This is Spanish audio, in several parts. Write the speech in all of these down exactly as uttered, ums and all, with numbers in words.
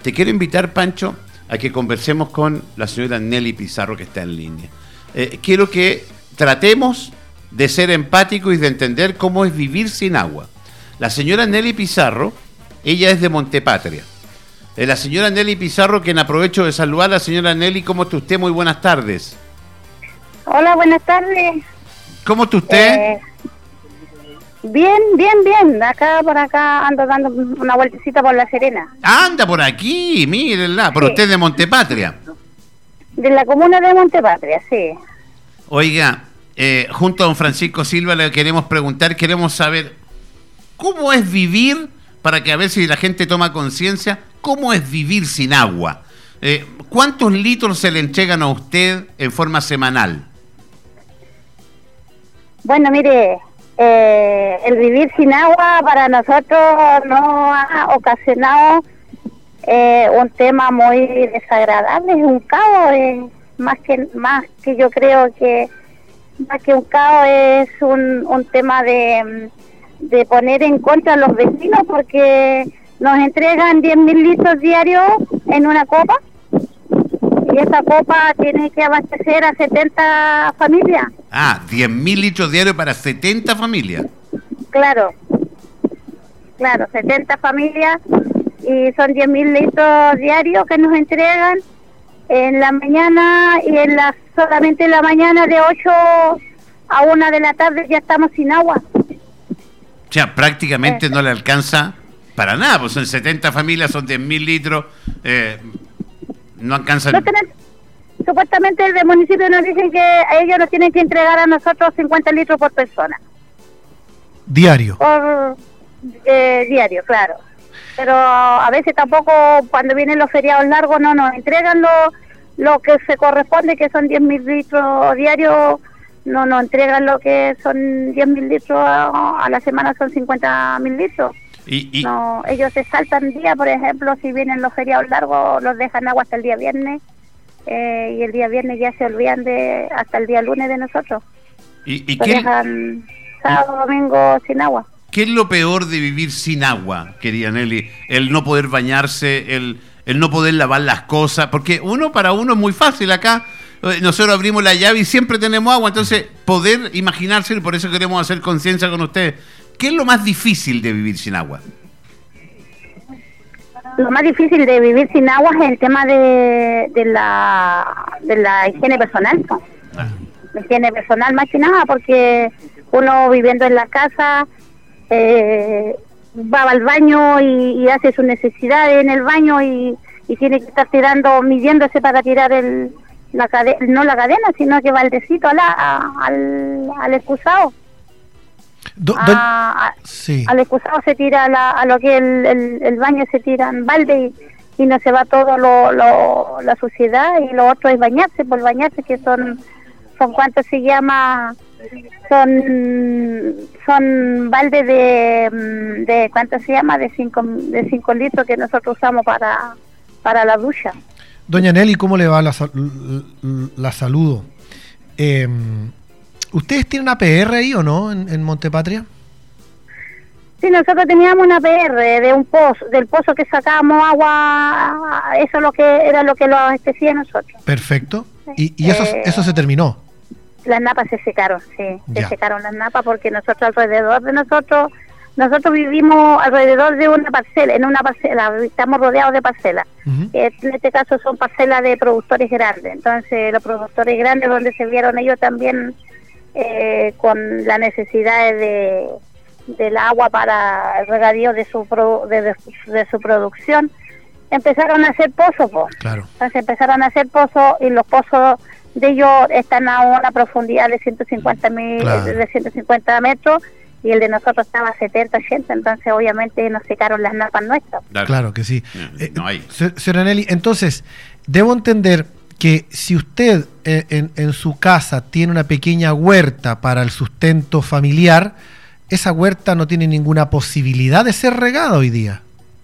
te quiero invitar, Pancho, a que conversemos con la señora Nelly Pizarro, que está en línea. Eh, quiero que tratemos de ser empáticos y de entender cómo es vivir sin agua. La señora Nelly Pizarro, ella es de Montepatria. Eh, la señora Nelly Pizarro, quien aprovecho de saludar. La señora Nelly, ¿cómo está usted? Muy buenas tardes. Hola, buenas tardes. ¿Cómo está usted? Eh, bien, bien, bien. Acá, por acá, ando dando una vueltecita por La Serena. Anda por aquí, mírenla. Pero Sí. usted es de Montepatria. De la comuna de Montepatria, sí. Oiga, eh, junto a don Francisco Silva le queremos preguntar, queremos saber cómo es vivir, para que a ver si la gente toma conciencia, cómo es vivir sin agua. Eh, ¿Cuántos litros se le entregan a usted en forma semanal? Bueno, mire, eh, el vivir sin agua para nosotros no ha ocasionado eh, un tema muy desagradable, es un caos, eh, más que más que yo creo que más que un caos es un, un tema de, de poner en contra a los vecinos, porque nos entregan diez mil litros diarios en una copa y esa copa tiene que abastecer a setenta familias. Ah, diez mil litros diarios para setenta familias. Claro, claro, setenta familias y son diez mil litros diarios que nos entregan en la mañana, y en la solamente en la mañana de ocho a una de la tarde ya estamos sin agua. O sea, prácticamente no le alcanza para nada, pues son setenta familias, son diez mil litros, eh, no alcanzan. No tenemos, supuestamente el municipio nos dicen que a ellos nos tienen que entregar a nosotros cincuenta litros por persona. Diario. Por eh, diario, claro. Pero a veces tampoco, cuando vienen los feriados largos, no nos entregan lo, lo que se corresponde, que son diez mil litros diarios, no nos entregan lo que son diez mil litros a, a la semana, son cincuenta mil litros. Y, y... No, ellos se saltan día, por ejemplo, si vienen los feriados largos, los dejan agua hasta el día viernes, eh, y el día viernes ya se olvidan de hasta el día lunes de nosotros. ¿Y, y los qué, dejan sábado, domingo sin agua. qué es lo peor de vivir sin agua, querida Nelly? El no poder bañarse, el, el no poder lavar las cosas, porque uno para uno es muy fácil acá. Nosotros abrimos la llave y siempre tenemos agua, entonces poder imaginarse, y por eso queremos hacer conciencia con ustedes. ¿Qué es lo más difícil de vivir sin agua? Lo más difícil de vivir sin agua es el tema de, de la de la higiene personal, ¿no? Ah. La higiene personal más que nada, porque uno viviendo en la casa eh, va al baño y, y hace sus necesidades en el baño y, y tiene que estar tirando, midiéndose para tirar el la cadena, no la cadena, sino que baldecito a la, a, al, al excusado. Do, do, a, a, sí. Al excusado se tira la, a lo que el, el, el baño se tira en balde y, y no se va todo lo, lo, la suciedad, y lo otro es bañarse, por bañarse, que son son cuánto se llama, son son baldes de, de cuánto se llama, de cinco de cinco litros que nosotros usamos para para la ducha. Doña Nelly, ¿cómo le va? La, la saludo. Eh, ¿Ustedes tienen una P R ahí o no en, en Montepatria? Sí, nosotros teníamos una P R de un pozo, del pozo que sacábamos agua, eso es lo que era lo que lo abastecía a nosotros. Perfecto. ¿Y, y eso, eh, eso se terminó? Las napas se secaron, sí, Ya. se secaron las napas, porque nosotros alrededor de nosotros, nosotros vivimos alrededor de una parcela, en una parcela, estamos rodeados de parcelas. Uh-huh. En este caso son parcelas de productores grandes, entonces los productores grandes, donde se vieron ellos también eh, con las necesidades de del agua para el regadío de su pro, de, de, de su producción, empezaron a hacer pozos, pues. Claro. Entonces empezaron a hacer pozos, y los pozos de ellos están a una profundidad de ciento cincuenta mil, Claro. de ciento cincuenta metros, y el de nosotros estaba a setenta, ochenta, entonces obviamente nos secaron las napas nuestras. Claro, Claro que sí. No, Eh, no hay. se- Señora Nelly, entonces, debo entender que si usted eh, en, en su casa tiene una pequeña huerta para el sustento familiar, esa huerta no tiene ninguna posibilidad de ser regada hoy día.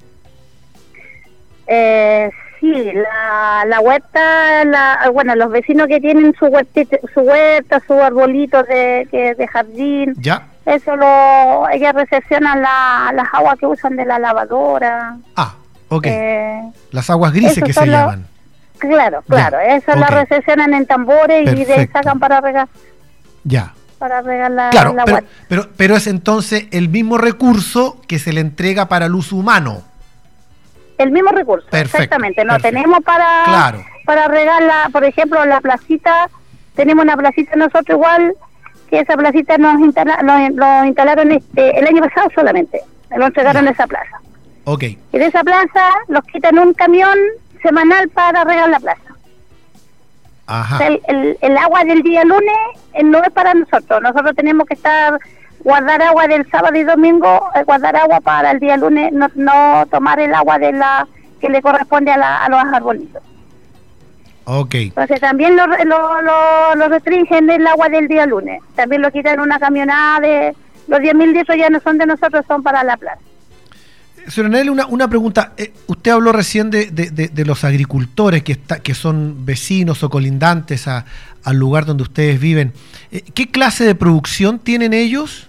Eh, sí, la, la huerta, la, bueno, los vecinos que tienen su huertita, su huerta, sus arbolitos de, que, de jardín, ¿Ya? eso lo, ellas recepcionan la, las aguas que usan de la lavadora. Ah, Ok. Eh, Las aguas grises esos que son se los- llaman. Claro, claro, Ya, eso ok. la recepcionan en tambores y de ahí Perfecto. sacan para regar, Ya. para regar la, Claro, la pero, huerta. pero, pero es entonces el mismo recurso que se le entrega para el uso humano. El mismo recurso, Perfecto, exactamente. No perfecto. tenemos para Claro. para regar la, por ejemplo, la placita, tenemos una placita nosotros igual, que esa placita nos instala, lo, lo instalaron este el año pasado solamente, lo entregaron Ya. esa plaza. Ok. Y de esa plaza los quitan un camión semanal para regar la plaza. O Ajá. sea, el, el, el agua del día lunes eh, no es para nosotros. Nosotros tenemos que estar, guardar agua del sábado y domingo, eh, guardar agua para el día lunes, no, no tomar el agua de la que le corresponde a, la, a los arbolitos. Ok. Entonces también lo, lo, lo, lo restringen el agua del día lunes. También lo quitan en una camionada de... Los diez mil litros ya no son de nosotros, son para la plaza. Señora Nelly, una, una pregunta. Eh, usted habló recién de, de, de, de los agricultores que, está, que son vecinos o colindantes a, al lugar donde ustedes viven. Eh, ¿Qué clase de producción tienen ellos?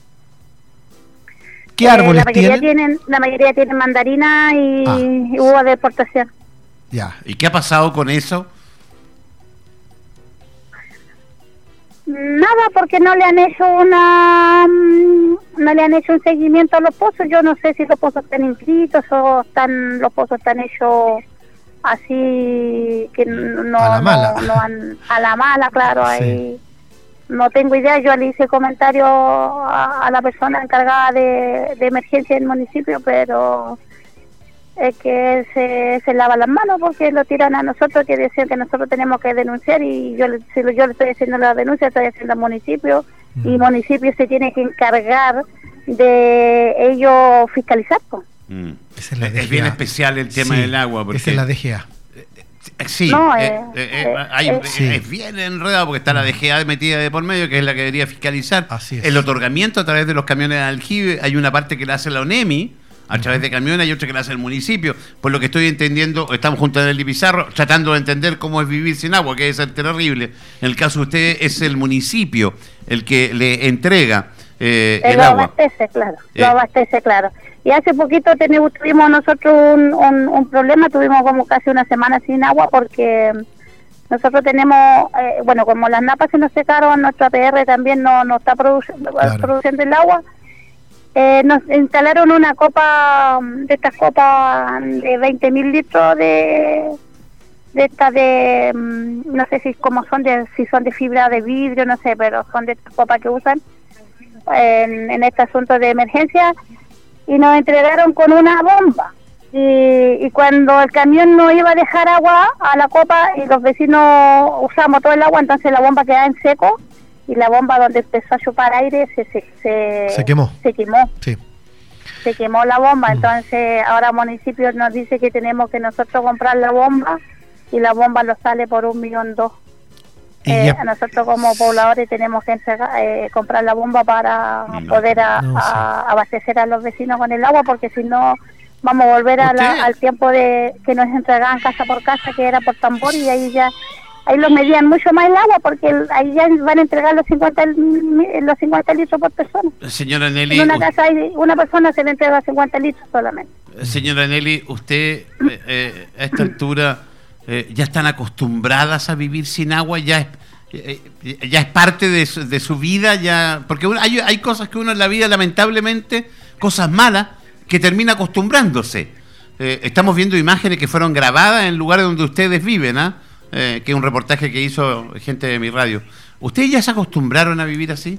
¿Qué Eh, árboles la mayoría tienen? tienen? La mayoría tienen mandarina y, Ah. y uva de exportación. Ya. ¿Y qué ha pasado con eso? Nada, porque no le han hecho una mm, no le han hecho un seguimiento a los pozos. Yo no sé si los pozos están inscritos o están los pozos están hechos así que no, A la mala. no, no han, a la mala, claro. Sí. Ahí no tengo idea. Yo le hice comentario a, a la persona encargada de, de emergencia del municipio, pero es que él se, se lava las manos porque lo tiran a nosotros, que decían que nosotros tenemos que denunciar, y yo, le- si lo- yo le estoy haciendo la denuncia, estoy haciendo al municipio, y el municipio se tiene que encargar de ello fiscalizar. Pues. Mm. Esa es la Es D G A. bien especial el tema Sí, del agua. Porque Esa es la D G A. Sí, No, eh, eh, eh, eh, eh, hay- eh, es Sí. bien enredado porque está la D G A metida de por medio, que es la que debería fiscalizar. Así es. El otorgamiento a través de los camiones de aljibe, hay una parte que la hace la ONEMI a través de camiones y otra que la hace el municipio. Por lo que estoy entendiendo, estamos junto a Nelly Pizarro tratando de entender cómo es vivir sin agua, que debe ser terrible. En el caso de usted es el municipio el que le entrega eh, Eh, el lo agua. abastece, claro, Eh. lo abastece, claro. Y hace poquito tenemos, tuvimos nosotros un, un, un problema, tuvimos como casi una semana sin agua porque nosotros tenemos, eh, bueno, como las napas se nos secaron, nuestra P R también no, no está produci- Claro. produciendo el agua. Eh, nos instalaron una copa, de estas copas de veinte mil litros de de estas de, mm, no sé si como son de, si son de fibra de vidrio, no sé, pero son de estas copas que usan en, en este asunto de emergencia, y nos entregaron con una bomba. Y, y cuando el camión no iba a dejar agua a la copa y los vecinos usamos todo el agua, entonces la bomba quedaba en seco, y la bomba donde empezó a chupar aire se se, se, Se quemó. se quemó Sí. se quemó la bomba. Mm. Entonces ahora el municipio nos dice que tenemos que nosotros comprar la bomba, y la bomba nos sale por un millón dos. Y Eh, ya- a nosotros como pobladores tenemos que entregar, eh, comprar la bomba para No, poder a- no, sí. a- abastecer a los vecinos con el agua, porque si no vamos a volver a la- ¿Usted? al tiempo de que nos entregaban casa por casa, que era por tambor, y ahí ya ahí los medían mucho más el agua, porque el- ahí ya van a entregar los cincuenta, li- los cincuenta litros por persona. Señora Nelly, En una u- casa hay una persona se le entrega cincuenta litros solamente. señora Nelly, usted eh, eh, a esta altura eh, ya están acostumbradas a vivir sin agua, ya es, eh, eh, ya es parte de su, de su vida, ya porque uno- hay, hay cosas que uno en la vida, lamentablemente, cosas malas, que termina acostumbrándose. Eh, estamos viendo imágenes que fueron grabadas en lugares donde ustedes viven, ¿ah? Eh, que es un reportaje que hizo gente de mi radio. ¿Ustedes ya se acostumbraron a vivir así?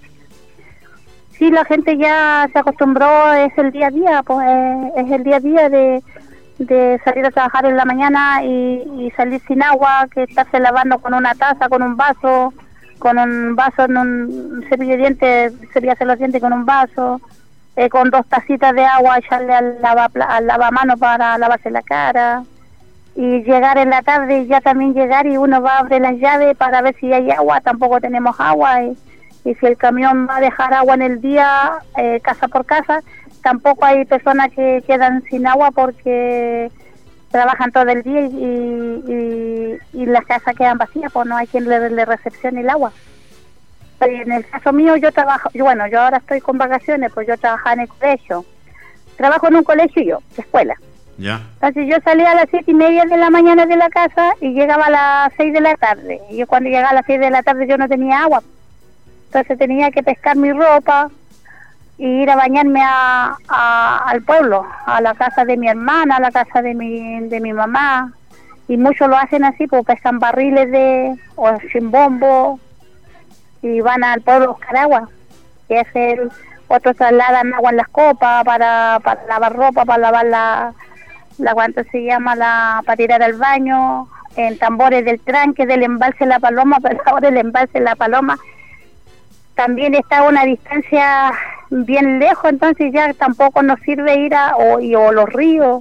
Sí, la gente ya se acostumbró, es el día a día, pues eh, es el día a día de, de salir a trabajar en la mañana y, y salir sin agua, que estarse lavando con una taza, con un vaso, con un vaso en un cepillo de dientes, cepillarse los dientes con un vaso, eh, con dos tacitas de agua, echarle al, lava, al lavamano para lavarse la cara, y llegar en la tarde y ya también llegar y uno va a abrir las llaves para ver si hay agua, tampoco tenemos agua, y, y si el camión va a dejar agua en el día, eh, casa por casa, tampoco hay personas que quedan sin agua porque trabajan todo el día y, y, y las casas quedan vacías, pues no hay quien le, le recepcione el agua. Pero en el caso mío yo trabajo, yo, bueno, yo ahora estoy con vacaciones, pues yo trabajaba en el colegio, trabajo en un colegio yo, escuela. Ya. Entonces yo salía a las siete y media de la mañana de la casa y llegaba a las seis de la tarde. Y yo cuando llegaba a las seis de la tarde yo no tenía agua. Entonces tenía que pescar mi ropa y ir a bañarme a, a, al pueblo, a la casa de mi hermana, a la casa de mi, de mi mamá. Y muchos lo hacen así, pues pescan barriles de o sin bombo y van al pueblo a buscar agua. Y es el, otros trasladan agua en las copas para, para lavar ropa, para lavar la, la ¿cuánto se llama? La, para tirar al baño, en tambores del tranque, del embalse La Paloma, pero ahora el embalse La Paloma también está a una distancia bien lejos, entonces ya tampoco nos sirve ir a, o, y, o los ríos.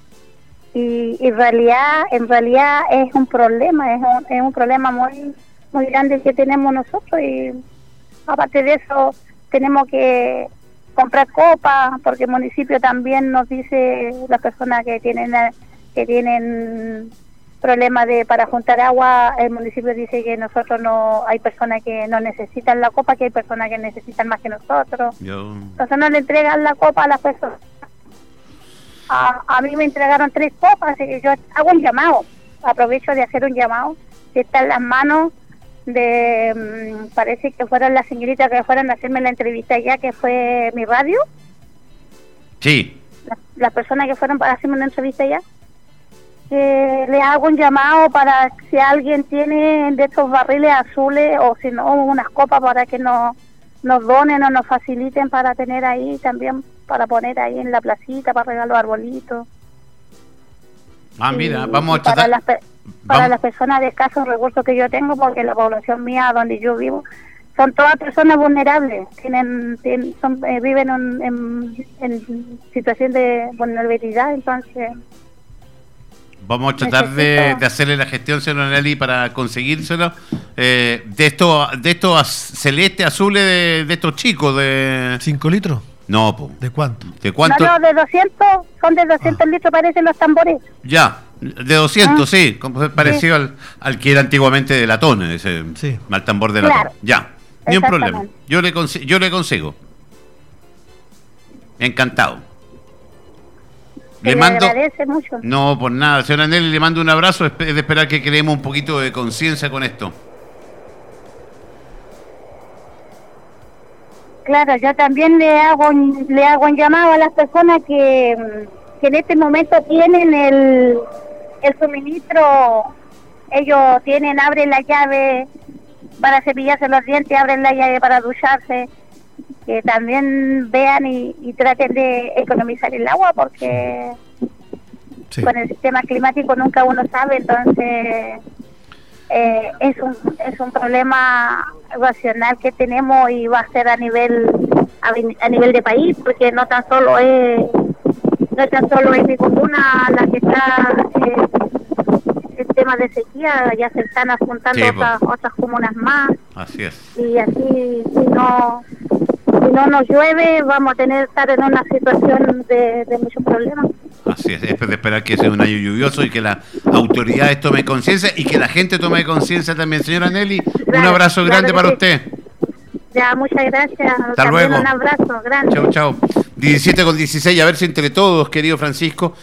Y, y en realidad en realidad es un problema, es un, es un problema muy muy grande que tenemos nosotros, y aparte de eso tenemos que comprar copas porque el municipio también nos dice, las personas que tienen que tienen problemas de para juntar agua, el municipio dice que nosotros no, hay personas que no necesitan la copa, que hay personas que necesitan más que nosotros. Yo... entonces no le entregan la copa a las personas. A, a mí me entregaron tres copas, así que yo hago un llamado, aprovecho de hacer un llamado, que está en las manos de, mmm, parece que fueron las señoritas que fueron a hacerme la entrevista allá, que fue mi radio. Sí. Las, las personas que fueron para hacerme una entrevista allá, que les hago un llamado para si alguien tiene de estos barriles azules o si no, unas copas para que nos, nos donen o nos faciliten para tener ahí también, para poner ahí en la placita, para regalar los arbolitos. Ah, y, mira, vamos a tratar... Para, las, para vamos. las personas de escasos recursos que yo tengo, porque la población mía donde yo vivo son todas personas vulnerables, tienen, tienen son, eh, viven en, en, en situación de vulnerabilidad, entonces... Vamos a tratar de, de hacerle la gestión, señor Nelly, para conseguírselo. Eh, de estos de estos celestes, azules, de, de estos chicos de... ¿Cinco litros? No, po. ¿De cuánto? ¿De cuánto? No, no, de doscientos, son de doscientos ah. litros, parecen los tambores. Ya, de doscientos, ¿Ah? sí, como parecido sí. al, al que era antiguamente de latón, ese sí. al tambor de latón. Claro. Ya, ni un problema. Yo le, yo le consigo. Encantado. Le, le mando, agradece mucho. No, por nada, señora Nelly, le mando un abrazo, es de esperar que creemos un poquito de conciencia con esto. Claro, yo también le hago un, le hago un llamado a las personas que, que en este momento tienen el, el suministro, ellos tienen, abren la llave para cepillarse los dientes, abren la llave para ducharse, que también vean y, y traten de economizar el agua, porque sí. con el sistema climático nunca uno sabe, entonces eh, es un es un problema racional que tenemos y va a ser a nivel a, a nivel de país, porque no tan solo es no tan solo es mi comuna la que está eh, el tema de sequía, ya se están apuntando sí, otras otras comunas más. Así es. Y así si no si no nos llueve vamos a tener estar en una situación de, de muchos problemas. Así es, es de esperar que sea un año lluvioso y que las autoridades tomen conciencia y que la gente tome conciencia también. Señora Nelly, claro, un abrazo grande claro para sí. usted. Ya, muchas gracias. Hasta también luego. Un abrazo grande. Chao, chao. diecisiete con dieciséis, a ver si entre todos, querido Francisco,